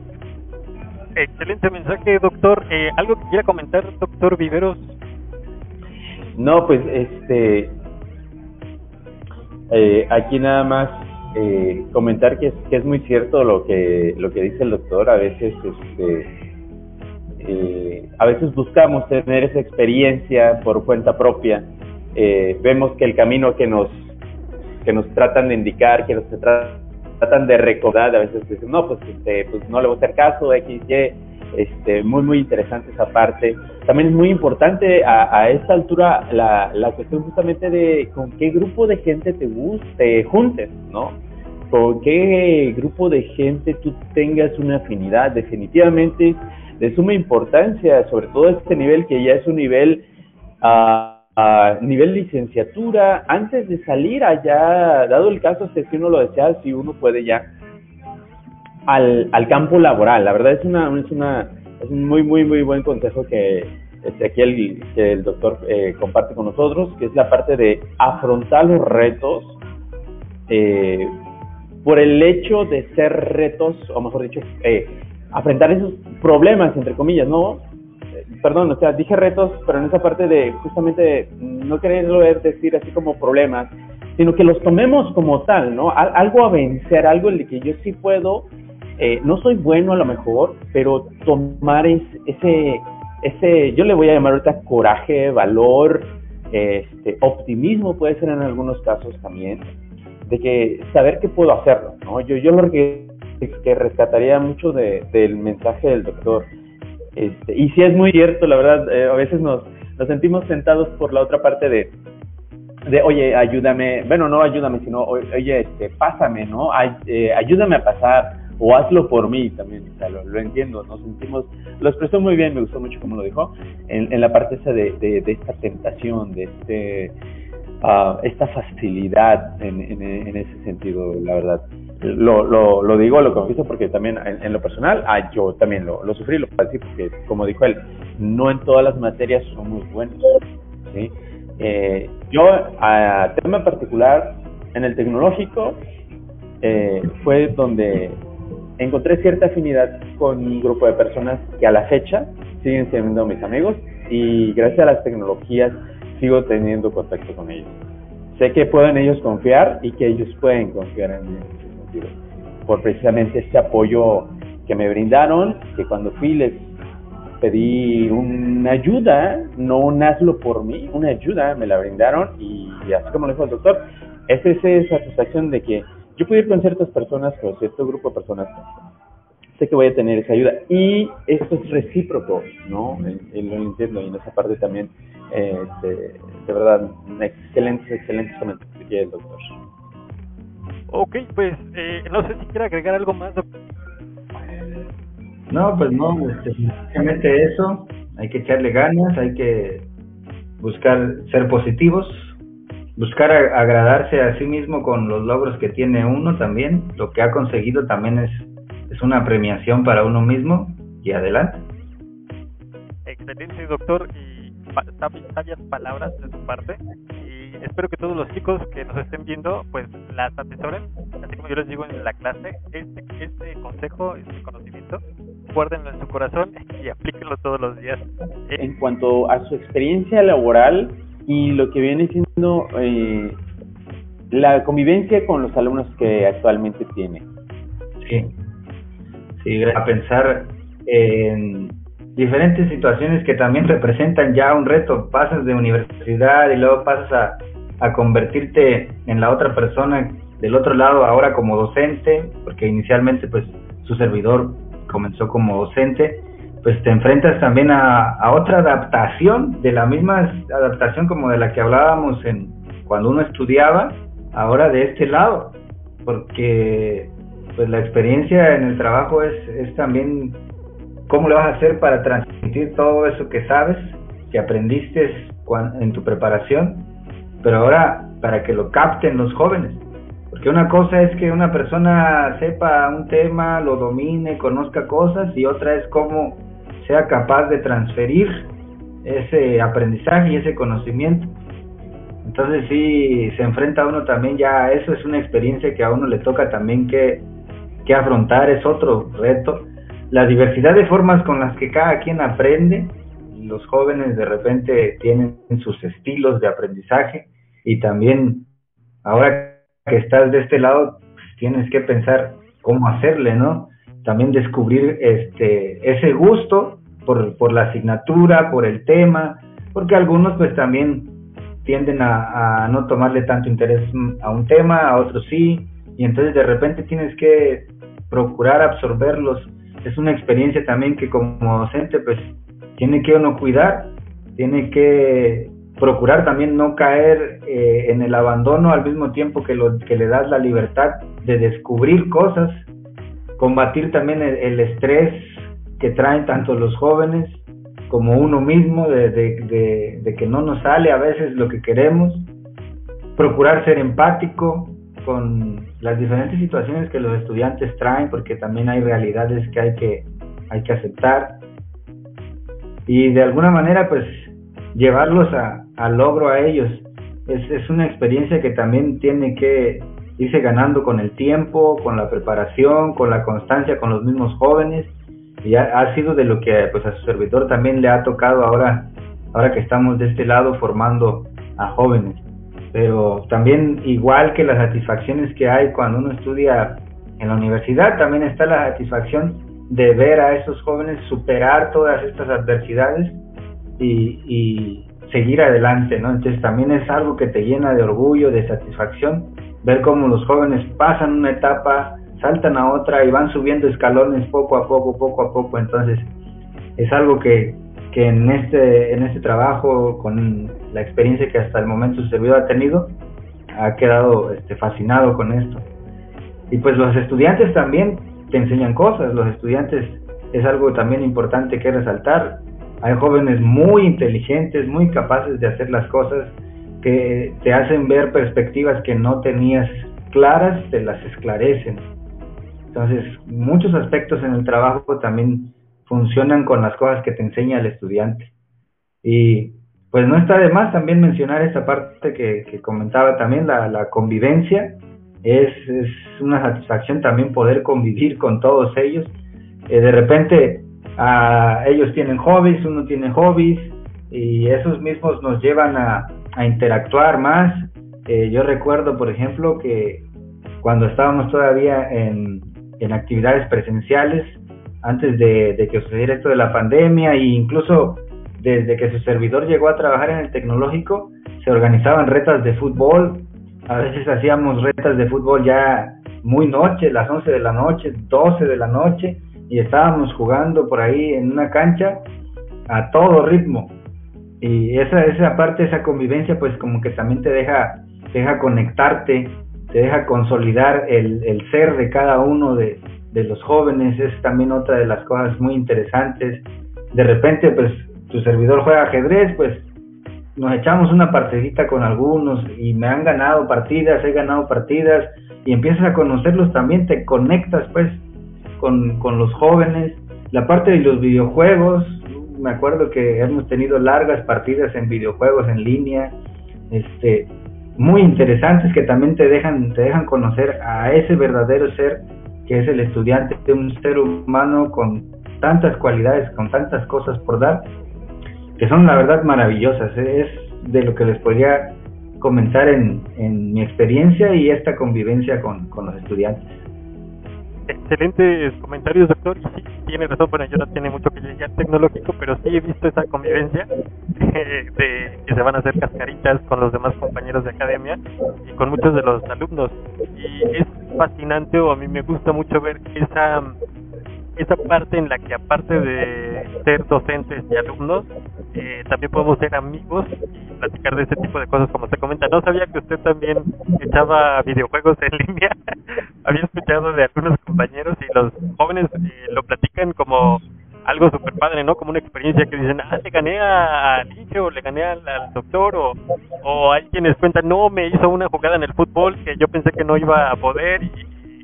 Excelente mensaje, doctor. ¿Algo que quiera comentar, doctor Viveros? No, pues aquí nada más comentar que es muy cierto lo que dice el doctor. A veces buscamos tener esa experiencia por cuenta propia. Vemos que el camino que nos tratan de indicar, que nos tratan tratan de recordar, a veces dicen, no, pues no le voy a hacer caso, X, Y, muy interesante esa parte. También es muy importante a esta altura la cuestión justamente de con qué grupo de gente te juntes, ¿no? Con qué grupo de gente tú tengas una afinidad. Definitivamente de suma importancia, sobre todo este nivel que ya es un nivel nivel licenciatura, antes de salir allá, dado el caso, si uno lo desea, si uno puede ya al campo laboral. La verdad es un muy buen consejo que aquí el doctor comparte con nosotros, que es la parte de afrontar los retos por el hecho de ser retos, o mejor dicho, afrontar esos problemas, entre comillas, ¿no? Perdón, o sea, dije retos, pero en esa parte de justamente no quererlo decir así como problemas, sino que los tomemos como tal, ¿no? Algo a vencer, algo en el que yo sí puedo, no soy bueno a lo mejor, pero tomar ese yo le voy a llamar ahorita coraje, valor, optimismo puede ser en algunos casos también, de que saber que puedo hacerlo, ¿no? Yo lo que rescataría mucho del mensaje del doctor, y sí es muy cierto, la verdad, a veces nos sentimos tentados por la otra parte de oye, ayúdame, bueno, no ayúdame, sino oye, pásame, ¿no? Ayúdame a pasar, o hazlo por mí también, o sea, lo entiendo, nos sentimos, lo expresó muy bien, me gustó mucho como lo dijo, en la parte esa de esta tentación, de esta facilidad en ese sentido, la verdad. Lo digo, lo confieso, porque también en lo personal, yo también lo sufrí, lo padecí, porque como dijo él, no en todas las materias somos buenos, ¿sí? Yo, a tema particular, en el tecnológico, fue donde encontré cierta afinidad con un grupo de personas que a la fecha siguen siendo mis amigos, y gracias a las tecnologías sigo teniendo contacto con ellos. Sé que pueden ellos confiar y que ellos pueden confiar en mí, por precisamente este apoyo que me brindaron, que cuando fui les pedí una ayuda, no un hazlo por mí, una ayuda, me la brindaron, y así como lo dijo el doctor, es esa satisfacción de que yo puedo ir con ciertas personas, con cierto grupo de personas, sé que voy a tener esa ayuda, y esto es recíproco, ¿no? Lo entiendo, y en esa parte también, de verdad, excelentes comentarios que tiene el doctor. Ok, pues no sé si quiere agregar algo más. No, pues no, simplemente eso, hay que echarle ganas, hay que buscar ser positivos, buscar agradarse a sí mismo con los logros que tiene uno también, lo que ha conseguido también es una premiación para uno mismo, y adelante. Excelente, doctor, y sabias palabras de su parte, y espero que todos los chicos que nos estén viendo pues las atesoren, así como yo les digo en la clase, este consejo, este conocimiento, guárdenlo en su corazón y aplíquenlo todos los días. En cuanto a su experiencia laboral y lo que viene siendo la convivencia con los alumnos que actualmente tiene. Sí, a pensar en diferentes situaciones que también representan ya un reto. Pasas de universidad y luego pasas a convertirte en la otra persona del otro lado, ahora como docente, porque inicialmente pues su servidor comenzó como docente, pues te enfrentas también a otra adaptación, de la misma adaptación como de la que hablábamos cuando uno estudiaba, ahora de este lado, porque pues la experiencia en el trabajo es también cómo le vas a hacer para transmitir todo eso que sabes, que aprendiste en tu preparación, pero ahora para que lo capten los jóvenes. Porque una cosa es que una persona sepa un tema, lo domine, conozca cosas, y otra es cómo sea capaz de transferir ese aprendizaje y ese conocimiento. Entonces sí, se enfrenta uno también ya a eso, es una experiencia que a uno le toca también que afrontar, es otro reto. La diversidad de formas con las que cada quien aprende, los jóvenes de repente tienen sus estilos de aprendizaje, y también ahora que estás de este lado, pues tienes que pensar cómo hacerle, ¿no? También descubrir ese gusto por la asignatura, por el tema, porque algunos pues también tienden a no tomarle tanto interés a un tema, a otros sí, y entonces de repente tienes que procurar absorberlos. Es una experiencia también que como docente pues tiene que uno cuidar, tiene que procurar también no caer en el abandono al mismo tiempo que le das la libertad de descubrir cosas, combatir también el estrés que traen tanto los jóvenes como uno mismo de que no nos sale a veces lo que queremos, procurar ser empático con las diferentes situaciones que los estudiantes traen, porque también hay realidades que hay que aceptar, y de alguna manera pues llevarlos al logro a ellos. Es una experiencia que también tiene que irse ganando con el tiempo, con la preparación, con la constancia con los mismos jóvenes, y ha sido de lo que pues a su servidor también le ha tocado ahora que estamos de este lado formando a jóvenes. Pero también, igual que las satisfacciones que hay cuando uno estudia en la universidad, también está la satisfacción de ver a esos jóvenes superar todas estas adversidades y seguir adelante, ¿no? Entonces también es algo que te llena de orgullo, de satisfacción, ver cómo los jóvenes pasan una etapa, saltan a otra y van subiendo escalones poco a poco. Entonces es algo que en este trabajo, con la experiencia que hasta el momento su servidor ha tenido, ha quedado fascinado con esto. Y pues los estudiantes también te enseñan cosas. Los estudiantes es algo también importante que resaltar. Hay jóvenes muy inteligentes, muy capaces de hacer las cosas, que te hacen ver perspectivas que no tenías claras, te las esclarecen. Entonces, muchos aspectos en el trabajo también funcionan con las cosas que te enseña el estudiante. Y pues no está de más también mencionar esta parte que comentaba también, la convivencia. Es una satisfacción también poder convivir con todos ellos. De repente ellos tienen hobbies, uno tiene hobbies, y esos mismos nos llevan a interactuar más. Yo recuerdo, por ejemplo, que cuando estábamos todavía en actividades presenciales, antes de que sucediera esto de la pandemia, e incluso desde que su servidor llegó a trabajar en el tecnológico, se organizaban retas de fútbol. A veces hacíamos retas de fútbol ya muy noche, las 11 de la noche, 12 de la noche, y estábamos jugando por ahí en una cancha a todo ritmo. Y esa parte, esa convivencia, pues como que también te deja conectarte, te deja consolidar el ser de cada uno de los jóvenes. Es también otra de las cosas muy interesantes. De repente, pues tu servidor juega ajedrez, pues nos echamos una partidita con algunos, y me han ganado partidas, he ganado partidas, y empiezas a conocerlos también, te conectas pues con los jóvenes. La parte de los videojuegos, me acuerdo que hemos tenido largas partidas en videojuegos en línea, muy interesantes, que también te dejan conocer a ese verdadero ser que es el estudiante, de un ser humano con tantas cualidades, con tantas cosas por dar, que son la verdad maravillosas. Es de lo que les podría comentar en mi experiencia y esta convivencia con los estudiantes. Excelentes comentarios, doctor. Y sí, tiene razón. Bueno, yo no tiene mucho que llegar al tecnológico, pero sí he visto esa convivencia de que se van a hacer cascaritas con los demás compañeros de academia y con muchos de los alumnos. Y es fascinante, o a mí me gusta mucho ver esa parte en la que, aparte de ser docentes y alumnos, también podemos ser amigos y platicar de ese tipo de cosas, como usted comenta. No sabía que usted también echaba videojuegos en línea. Había escuchado de algunos compañeros, y los jóvenes lo platican como algo súper padre, ¿no? Como una experiencia que dicen, le gané a Lige, o le gané al doctor, o hay quienes cuentan, no, me hizo una jugada en el fútbol que yo pensé que no iba a poder, y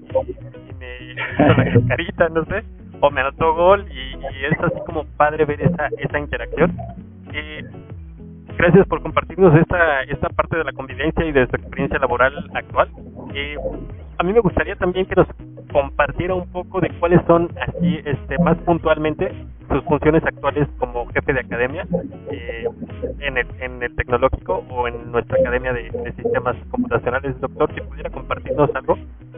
me hizo la cascarita, no sé, o me anotó gol, y es así como padre ver esa interacción. Gracias por compartirnos esta parte de la convivencia y de su experiencia laboral actual. A mí me gustaría también que nos compartiera un poco de cuáles son, así más puntualmente, sus funciones actuales como jefe de academia en el tecnológico o en nuestra academia de sistemas computacionales. Doctor, si pudiera compartirnos algo.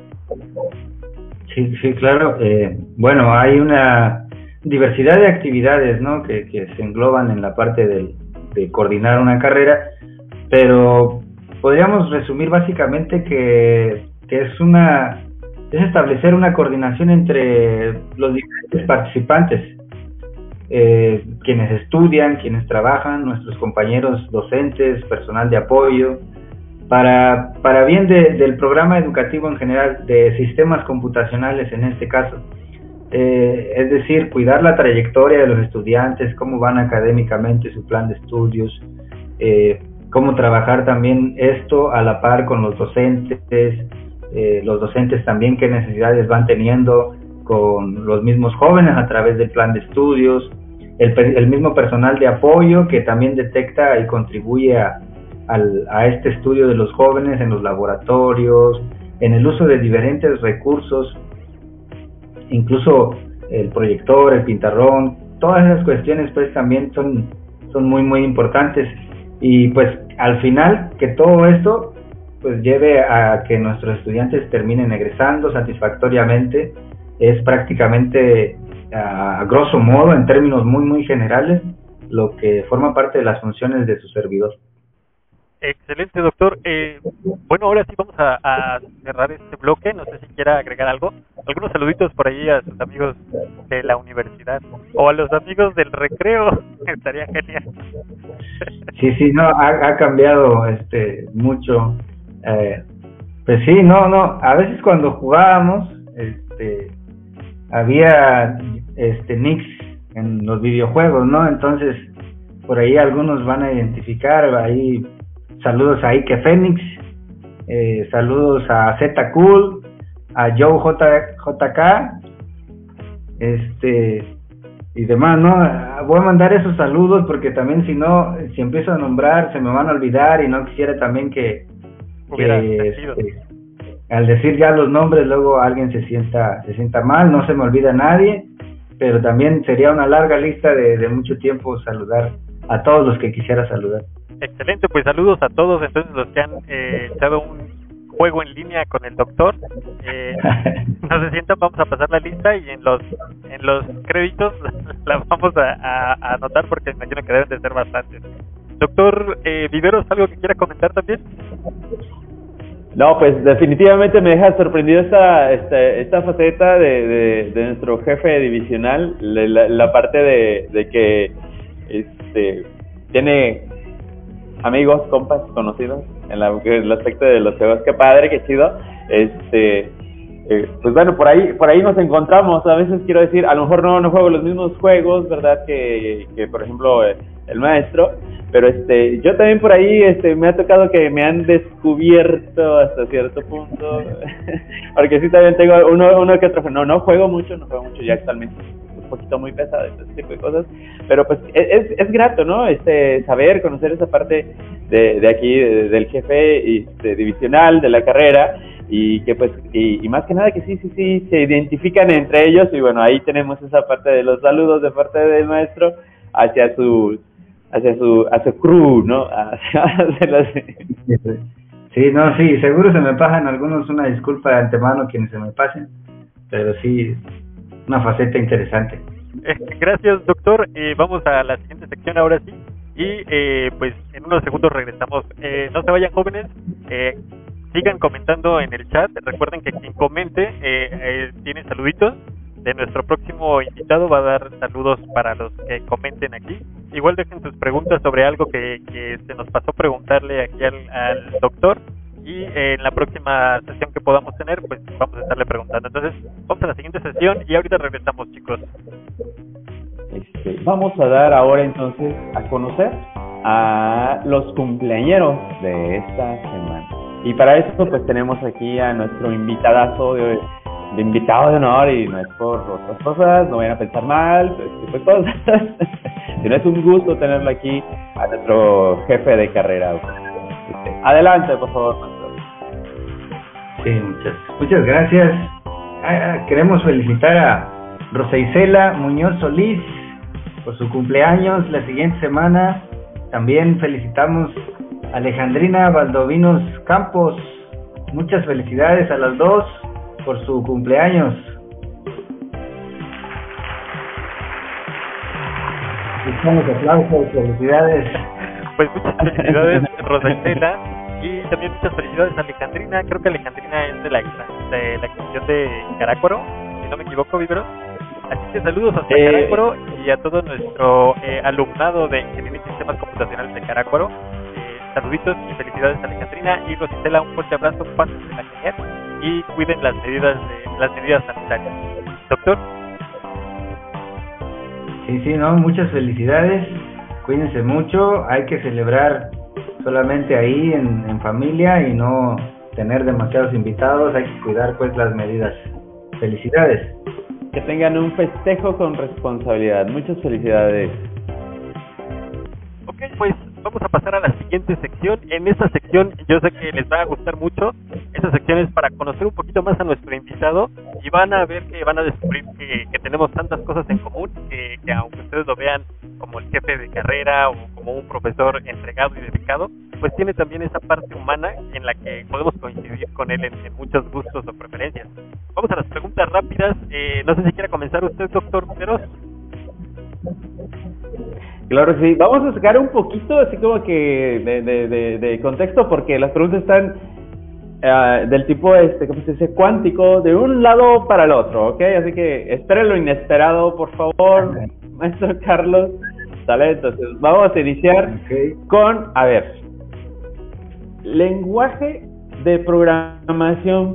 Sí, claro. Bueno, hay una diversidad de actividades, ¿no?, que se engloban en la parte de coordinar una carrera, pero podríamos resumir básicamente que que es establecer una coordinación entre los diferentes participantes, quienes estudian, quienes trabajan, nuestros compañeros docentes, personal de apoyo, para bien del programa educativo en general, de sistemas computacionales en este caso. Es decir, cuidar la trayectoria de los estudiantes, cómo van académicamente, su plan de estudios, cómo trabajar también esto a la par con los docentes también qué necesidades van teniendo con los mismos jóvenes a través del plan de estudios, el mismo personal de apoyo que también detecta y contribuye a este estudio de los jóvenes en los laboratorios, en el uso de diferentes recursos, incluso el proyector, el pizarrón, todas esas cuestiones pues también son muy muy importantes, y pues al final que todo esto pues lleve a que nuestros estudiantes terminen egresando satisfactoriamente. Es prácticamente, a grosso modo, en términos muy muy generales, lo que forma parte de las funciones de su servidor. Excelente, doctor. Bueno, ahora sí vamos a cerrar este bloque. No sé si quiera agregar algo. Algunos saluditos por ahí a sus amigos de la universidad o a los amigos del recreo. Estaría genial. Sí, no, ha cambiado mucho. Pues sí, no, a veces cuando jugábamos, había nicks en los videojuegos, ¿no? Entonces, por ahí algunos van a identificar, ahí saludos a Ike Fénix, saludos a Z Cool, a Joe JK, y demás, ¿no? Voy a mandar esos saludos porque también si empiezo a nombrar se me van a olvidar, y no quisiera también que al decir ya los nombres luego alguien se sienta mal. No se me olvida nadie, pero también sería una larga lista de mucho tiempo saludar a todos los que quisiera saludar. Excelente, pues saludos a todos entonces los que han echado un juego en línea con el doctor. No se sientan, vamos a pasar la lista y en los créditos la vamos a anotar porque imagino que deben de ser bastantes. Doctor Viveros, ¿algo que quiera comentar también? No, pues definitivamente me deja sorprendido esta faceta de nuestro jefe divisional, la parte de que tiene amigos, compas, conocidos en el aspecto de los juegos. Qué padre, qué chido. Pues bueno, por ahí nos encontramos. A veces quiero decir, a lo mejor no juego los mismos juegos, ¿verdad? Que por ejemplo el maestro, pero yo también por ahí me ha tocado que me han descubierto hasta cierto punto, porque sí también tengo uno que otro, no juego mucho ya actualmente, un poquito muy pesado este tipo de cosas, pero pues es grato, ¿no? Saber, conocer esa parte de aquí, del jefe divisional de la carrera, y que pues y más que nada que sí se identifican entre ellos, y bueno, ahí tenemos esa parte de los saludos de parte del maestro hacia su crew, ¿no? Sí, seguro se me pasan algunos, una disculpa de antemano quienes se me pasen, pero sí, una faceta interesante. Gracias, doctor. Vamos a la siguiente sección ahora sí, y pues en unos segundos regresamos. No se vayan, jóvenes, sigan comentando en el chat. Recuerden que quien comente tiene saluditos. De nuestro próximo invitado va a dar saludos para los que comenten aquí. Igual dejen sus preguntas sobre algo que se nos pasó preguntarle aquí al doctor, y en la próxima sesión que podamos tener pues vamos a estarle preguntando. Entonces vamos a la siguiente sesión y ahorita regresamos, chicos. Vamos a dar ahora entonces a conocer a los cumpleañeros de esta semana, y para eso pues tenemos aquí a nuestro invitadazo de invitado de honor, y no es por otras cosas, no vayan a pensar mal, ese tipo de cosas, sino es un gusto tenerlo aquí, a nuestro jefe de carrera. Adelante, por favor, maestro. Sí, muchas gracias. Queremos felicitar a Rosa Isela Muñoz Solís por su cumpleaños la siguiente semana. También felicitamos a Alejandrina Valdovinos Campos. Muchas felicidades a las dos por su cumpleaños. Muchos aplausos, felicidades. Pues muchas felicidades, Rosa Isela, y también muchas felicidades a Alejandrina. Creo que Alejandrina es de la extensión de Carácuaro, si no me equivoco, Vibros. Así que saludos hasta Carácuaro y a todo nuestro alumnado de Ingeniería y Sistemas Computacionales de Carácuaro. Saluditos y felicidades a Alejandrina y Rositela, un fuerte abrazo, pásense la genial y cuiden las medidas sanitarias. Doctor. Sí, no, muchas felicidades, cuídense mucho, hay que celebrar solamente ahí en familia y no tener demasiados invitados, hay que cuidar pues las medidas. Felicidades. Que tengan un festejo con responsabilidad, muchas felicidades. Ok, pues vamos a pasar a la siguiente sección. En esta sección yo sé que les va a gustar mucho. Esta sección es para conocer un poquito más a nuestro invitado y van a ver que van a descubrir que tenemos tantas cosas en común que aunque ustedes lo vean como el jefe de carrera o como un profesor entregado y dedicado, pues tiene también esa parte humana en la que podemos coincidir con él en muchos gustos o preferencias. Vamos a las preguntas rápidas. No sé si quiere comenzar usted, doctor Peros. Claro que sí. Vamos a sacar un poquito así como que de contexto porque las preguntas están del tipo, ¿cómo se dice? Cuántico, de un lado para el otro, ¿ok? Así que esperen lo inesperado, por favor, maestro Carlos. ¿Sale? Entonces, vamos a iniciar con, a ver, lenguaje de programación.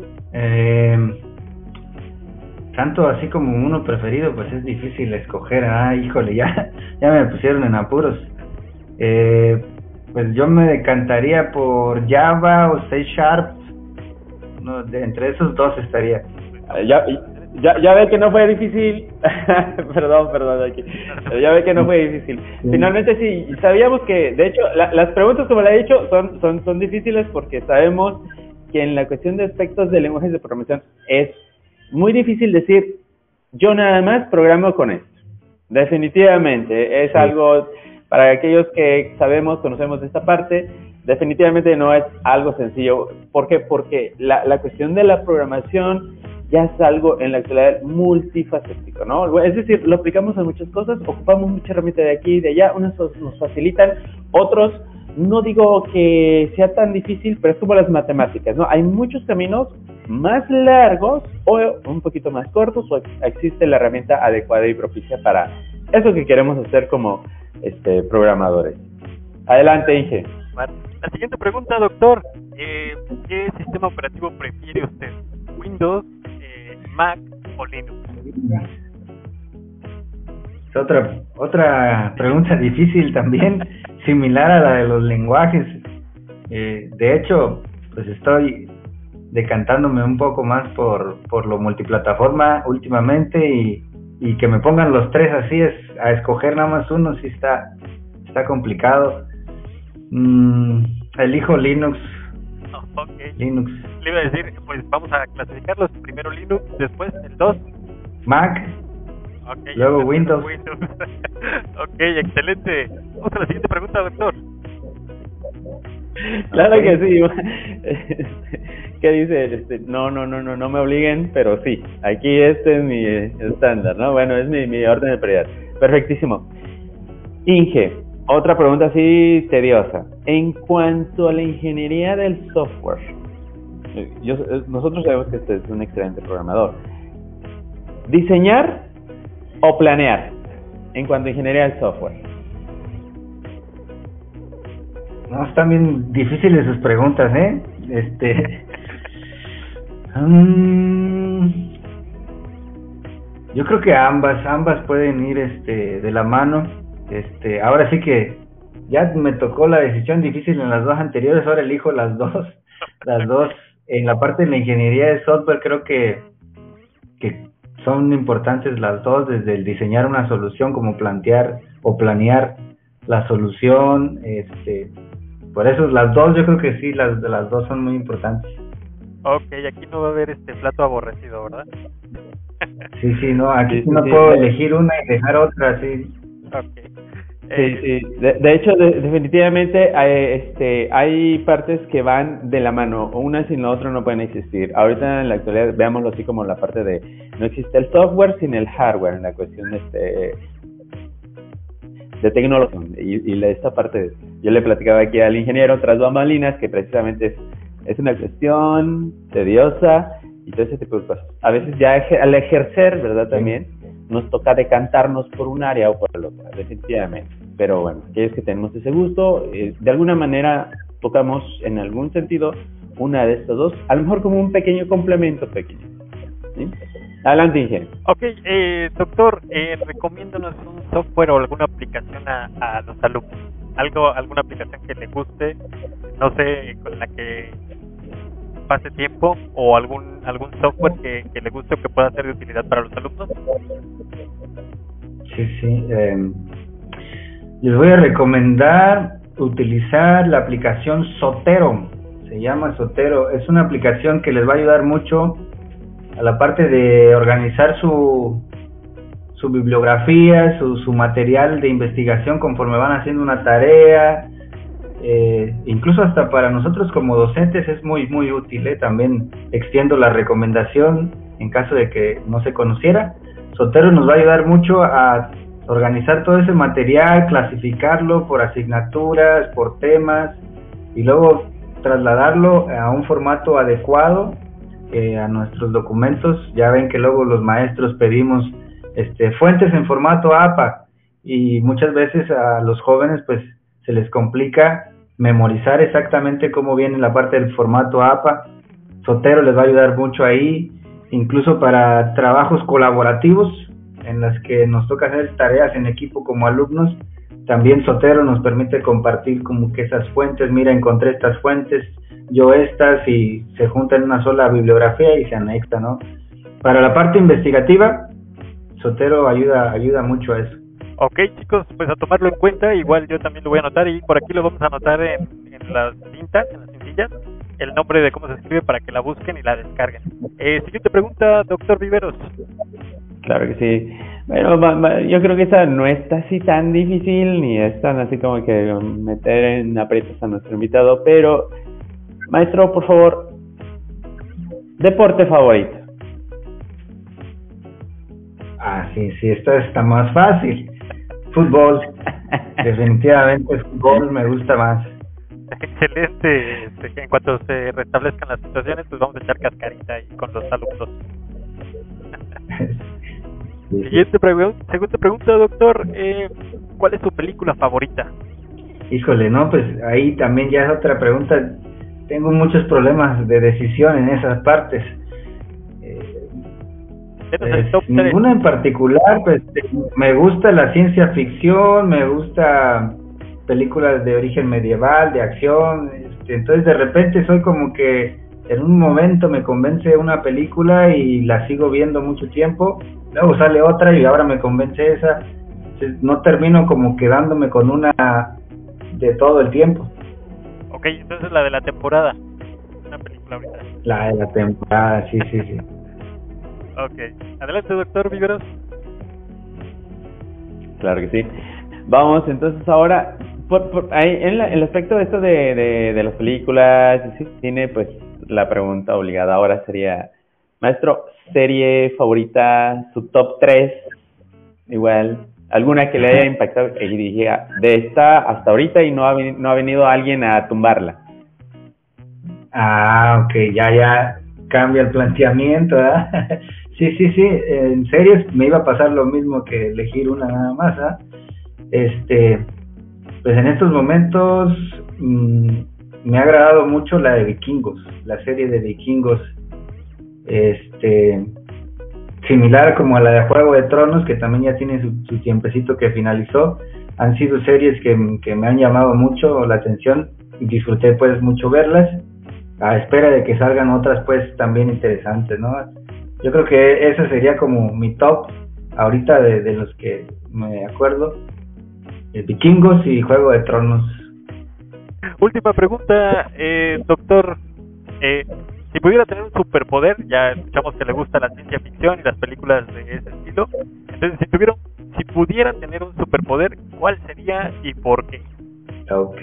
Tanto así como uno preferido, pues es difícil escoger. Híjole, ya me pusieron en apuros. Pues yo me decantaría por Java o C#. No, entre esos dos estaría. Ya ve que no fue difícil. perdón, aquí. Ya ve que no fue difícil. Finalmente sí, sabíamos que, de hecho, las preguntas, como le he dicho, son difíciles porque sabemos que en la cuestión de aspectos de lenguajes de programación es muy difícil decir, yo nada más programo con esto. Definitivamente, es algo, para aquellos que conocemos de esta parte, definitivamente no es algo sencillo. ¿Por qué? Porque la cuestión de la programación ya es algo en la actualidad multifacético, ¿no? Es decir, lo aplicamos a muchas cosas, ocupamos mucha herramienta de aquí y de allá, unos nos facilitan, otros no digo que sea tan difícil, pero es como las matemáticas, ¿no? Hay muchos caminos más largos o un poquito más cortos, o existe la herramienta adecuada y propicia para eso que queremos hacer como programadores. Adelante, Inge. La siguiente pregunta, doctor. ¿Qué sistema operativo prefiere usted? ¿Windows, Mac o Linux? Otra pregunta difícil también, similar a la de los lenguajes. De hecho, pues estoy decantándome un poco más por lo multiplataforma últimamente y que me pongan los tres así a escoger nada más uno, sí está complicado. Elijo Linux. Okay. Linux. Le iba a decir, pues vamos a clasificarlos, primero Linux, después el 2 Mac, luego Windows. Ok, excelente. Vamos a la siguiente pregunta, doctor. Claro que sí. ¿Qué dice? No me obliguen, pero sí, aquí este es mi estándar, ¿no? Bueno, es mi orden de prioridad. Perfectísimo. Inge, otra pregunta así tediosa. En cuanto a la ingeniería del software, nosotros sabemos que este es un excelente programador. ¿Diseñar o planear en cuanto a ingeniería del software? No, están bien difíciles sus preguntas, ¿eh? Yo creo que ambas pueden ir de la mano. Ahora sí que ya me tocó la decisión difícil en las dos anteriores, ahora elijo las dos. En la parte de la ingeniería de software creo que son importantes las dos, desde el diseñar una solución como plantear o planear la solución, por eso las dos, yo creo que sí, las dos son muy importantes. Ok, aquí no va a haber plato aborrecido, ¿verdad? Sí, no, aquí sí, no puedo elegir una y dejar otra, sí. Okay. Sí. De hecho, definitivamente hay partes que van de la mano, una sin la otra no pueden existir. Ahorita en la actualidad, veámoslo así como la parte de no existe el software sin el hardware, en la cuestión de tecnología y esta parte, Yo le platicaba aquí al ingeniero tras bambalinas que precisamente es una cuestión tediosa y todo ese tipo de cosas. A veces ya al ejercer, ¿verdad? También nos toca decantarnos por un área o por el otro, definitivamente. Pero bueno, aquellos que tenemos ese gusto, de alguna manera tocamos en algún sentido una de estas dos, a lo mejor como un pequeño complemento pequeño, ¿sí? Adelante, ingeniero. Ok, doctor, recomiéndanos un software o alguna aplicación a los alumnos. Alguna aplicación que le guste, no sé, con la que pase tiempo, o algún software que le guste o que pueda ser de utilidad para los alumnos. Sí. Les voy a recomendar utilizar la aplicación Zotero. Se llama Zotero. Es una aplicación que les va a ayudar mucho a la parte de organizar su bibliografía, su material de investigación conforme van haciendo una tarea. Incluso hasta para nosotros como docentes es muy muy útil. También extiendo la recomendación en caso de que no se conociera. Zotero nos va a ayudar mucho a organizar todo ese material, clasificarlo por asignaturas, por temas, y luego trasladarlo a un formato adecuado a nuestros documentos. Ya ven que luego los maestros pedimos fuentes en formato APA, y muchas veces a los jóvenes pues se les complica memorizar exactamente cómo viene la parte del formato APA. Zotero les va a ayudar mucho ahí, incluso para trabajos colaborativos en las que nos toca hacer tareas en equipo como alumnos. También Zotero nos permite compartir como que esas fuentes, mira, encontré estas fuentes, yo estas, y se juntan en una sola bibliografía y se anexa, ¿no? Para la parte investigativa, Zotero ayuda mucho a eso. Ok, chicos, pues a tomarlo en cuenta. Igual yo también lo voy a anotar, y por aquí lo vamos a anotar en las cintas, en las cintillas, el nombre de cómo se escribe para que la busquen y la descarguen. Siguiente pregunta, doctor Viveros. Claro que sí. Bueno, yo creo que esa no está así tan difícil, ni es tan así como que meter en aprietos a nuestro invitado, pero, maestro, por favor, deporte favorito. Sí, esta está más fácil. Fútbol. Definitivamente el fútbol me gusta más. Excelente. En cuanto se restablezcan las situaciones, pues vamos a echar cascarita ahí con los alumnos. Segunda pregunta, doctor. ¿Cuál es su película favorita? Híjole, no, pues ahí también ya es otra pregunta. Tengo muchos problemas de decisión en esas partes. Ninguna en particular. Pues me gusta la ciencia ficción, me gusta películas de origen medieval, de acción. Entonces de repente soy como que en un momento me convence una película y la sigo viendo mucho tiempo, luego sale otra y ahora me convence esa. Entonces no termino como quedándome con una de todo el tiempo. Ok, entonces la de la temporada, una película ahorita. La de la temporada, sí. Ok, adelante, doctor Viveros. Claro que sí. Vamos entonces ahora por ahí en el aspecto de esto de las películas y cine, pues la pregunta obligada ahora sería, maestro, serie favorita, su top 3, igual, alguna que le haya impactado y diga, de esta hasta ahorita y no ha venido alguien a tumbarla. Ok, ya cambia el planteamiento, ¿verdad? Sí, en series me iba a pasar lo mismo que elegir una nada más, pues en estos momentos me ha agradado mucho la de Vikingos, la serie de Vikingos, similar como a la de Juego de Tronos, que también ya tiene su tiempecito que finalizó. Han sido series que me han llamado mucho la atención y disfruté pues mucho verlas, a espera de que salgan otras pues también interesantes, ¿no? Yo creo que ese sería como mi top ahorita de los que me acuerdo. Vikingos y Juego de Tronos. Última pregunta, doctor. Si pudiera tener un superpoder, ya escuchamos que le gusta la ciencia ficción y las películas de ese estilo. Entonces, si pudiera tener un superpoder, ¿cuál sería y por qué? Ok,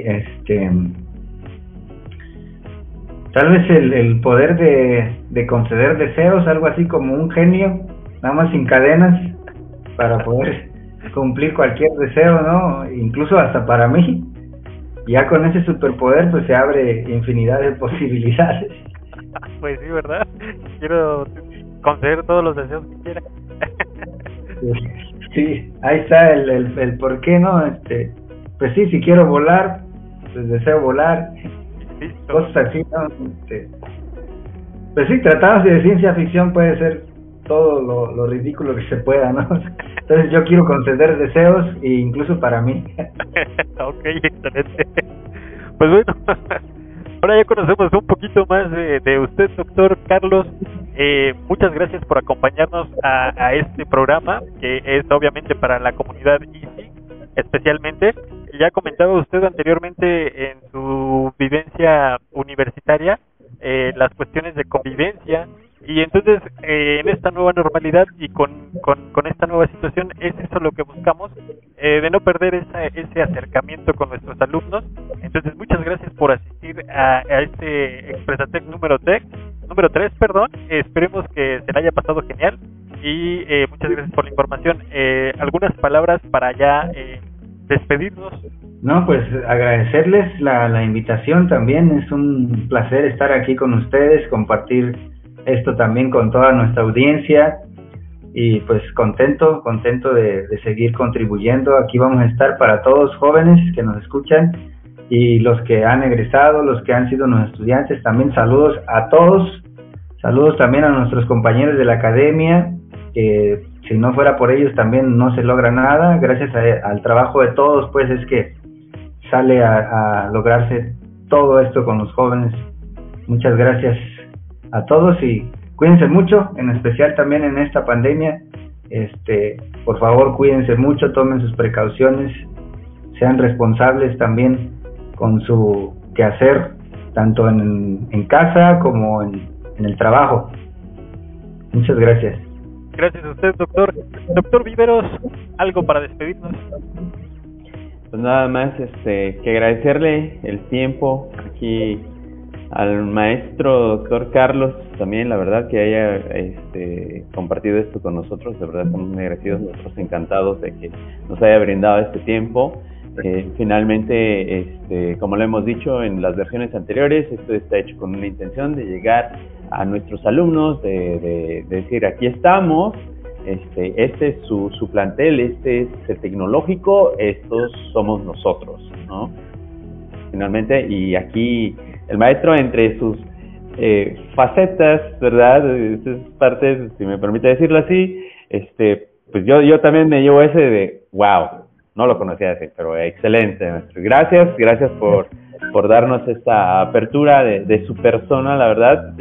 tal vez el poder de conceder deseos, algo así como un genio, nada más sin cadenas, para poder cumplir cualquier deseo, ¿no? Incluso hasta para mí. ya con ese superpoder pues se abre infinidad de posibilidades. Pues sí, ¿verdad? Quiero conceder todos los deseos que quiera. Sí, ahí está el por qué, ¿no? Pues sí, si quiero volar, pues deseo volar. Listo. Cosas así, ¿no? Pues sí, tratados de ciencia ficción puede ser todo lo ridículo que se pueda, ¿no? Entonces yo quiero conceder deseos, e incluso para mí. Ok, excelente. Pues bueno, ahora ya conocemos un poquito más de usted, doctor Carlos. Muchas gracias por acompañarnos a este programa, que es obviamente para la comunidad ICI, especialmente. Ya comentaba usted anteriormente en su vivencia universitaria las cuestiones de convivencia, y entonces en esta nueva normalidad y con esta nueva situación es eso lo que buscamos, de no perder ese acercamiento con nuestros alumnos. Entonces muchas gracias por asistir a este Expresatec número 3, perdón. Esperemos que se le haya pasado genial y muchas gracias por la información. Algunas palabras para ya despedirnos. No, pues agradecerles la invitación también. Es un placer estar aquí con ustedes, compartir esto también con toda nuestra audiencia, y pues contento de seguir contribuyendo. Aquí vamos a estar para todos jóvenes que nos escuchan y los que han egresado, los que han sido nuestros estudiantes. También saludos a todos, saludos también a nuestros compañeros de la academia, que si no fuera por ellos también no se logra nada. Gracias al trabajo de todos pues es que sale a lograrse todo esto con los jóvenes. Muchas gracias a todos y cuídense mucho, en especial también en esta pandemia. Por favor, cuídense mucho, tomen sus precauciones, sean responsables también con su quehacer, tanto en casa como en el trabajo. Muchas gracias. Gracias a usted, doctor. Doctor Viveros, ¿algo para despedirnos? Pues nada más que agradecerle el tiempo aquí al maestro doctor Carlos, también la verdad que haya compartido esto con nosotros. De verdad estamos muy agradecidos, nosotros encantados de que nos haya brindado este tiempo. Finalmente, como lo hemos dicho en las versiones anteriores, esto está hecho con una intención de llegar a nuestros alumnos, de decir, aquí estamos, este es su plantel, este es el tecnológico, estos somos nosotros, ¿no? Finalmente, y aquí el maestro entre sus facetas, ¿verdad? Estas partes, si me permite decirlo así, pues yo también me llevo ese de, wow, no lo conocía así, pero excelente, maestro. Gracias por darnos esta apertura de su persona, la verdad.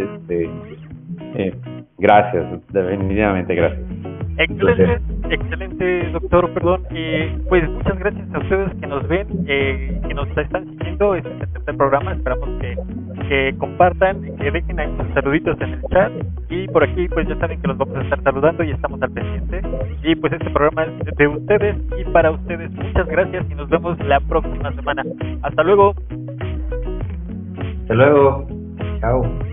Gracias, definitivamente gracias. Excelente, doctor, perdón. Pues muchas gracias a ustedes que nos ven, que nos están siguiendo este programa. Esperamos que compartan, que dejen ahí sus saluditos en el chat, y por aquí pues ya saben que los vamos a estar saludando y estamos al pendiente. Y pues este programa es de ustedes y para ustedes. Muchas gracias y nos vemos la próxima semana. Hasta luego. Hasta luego. Chao.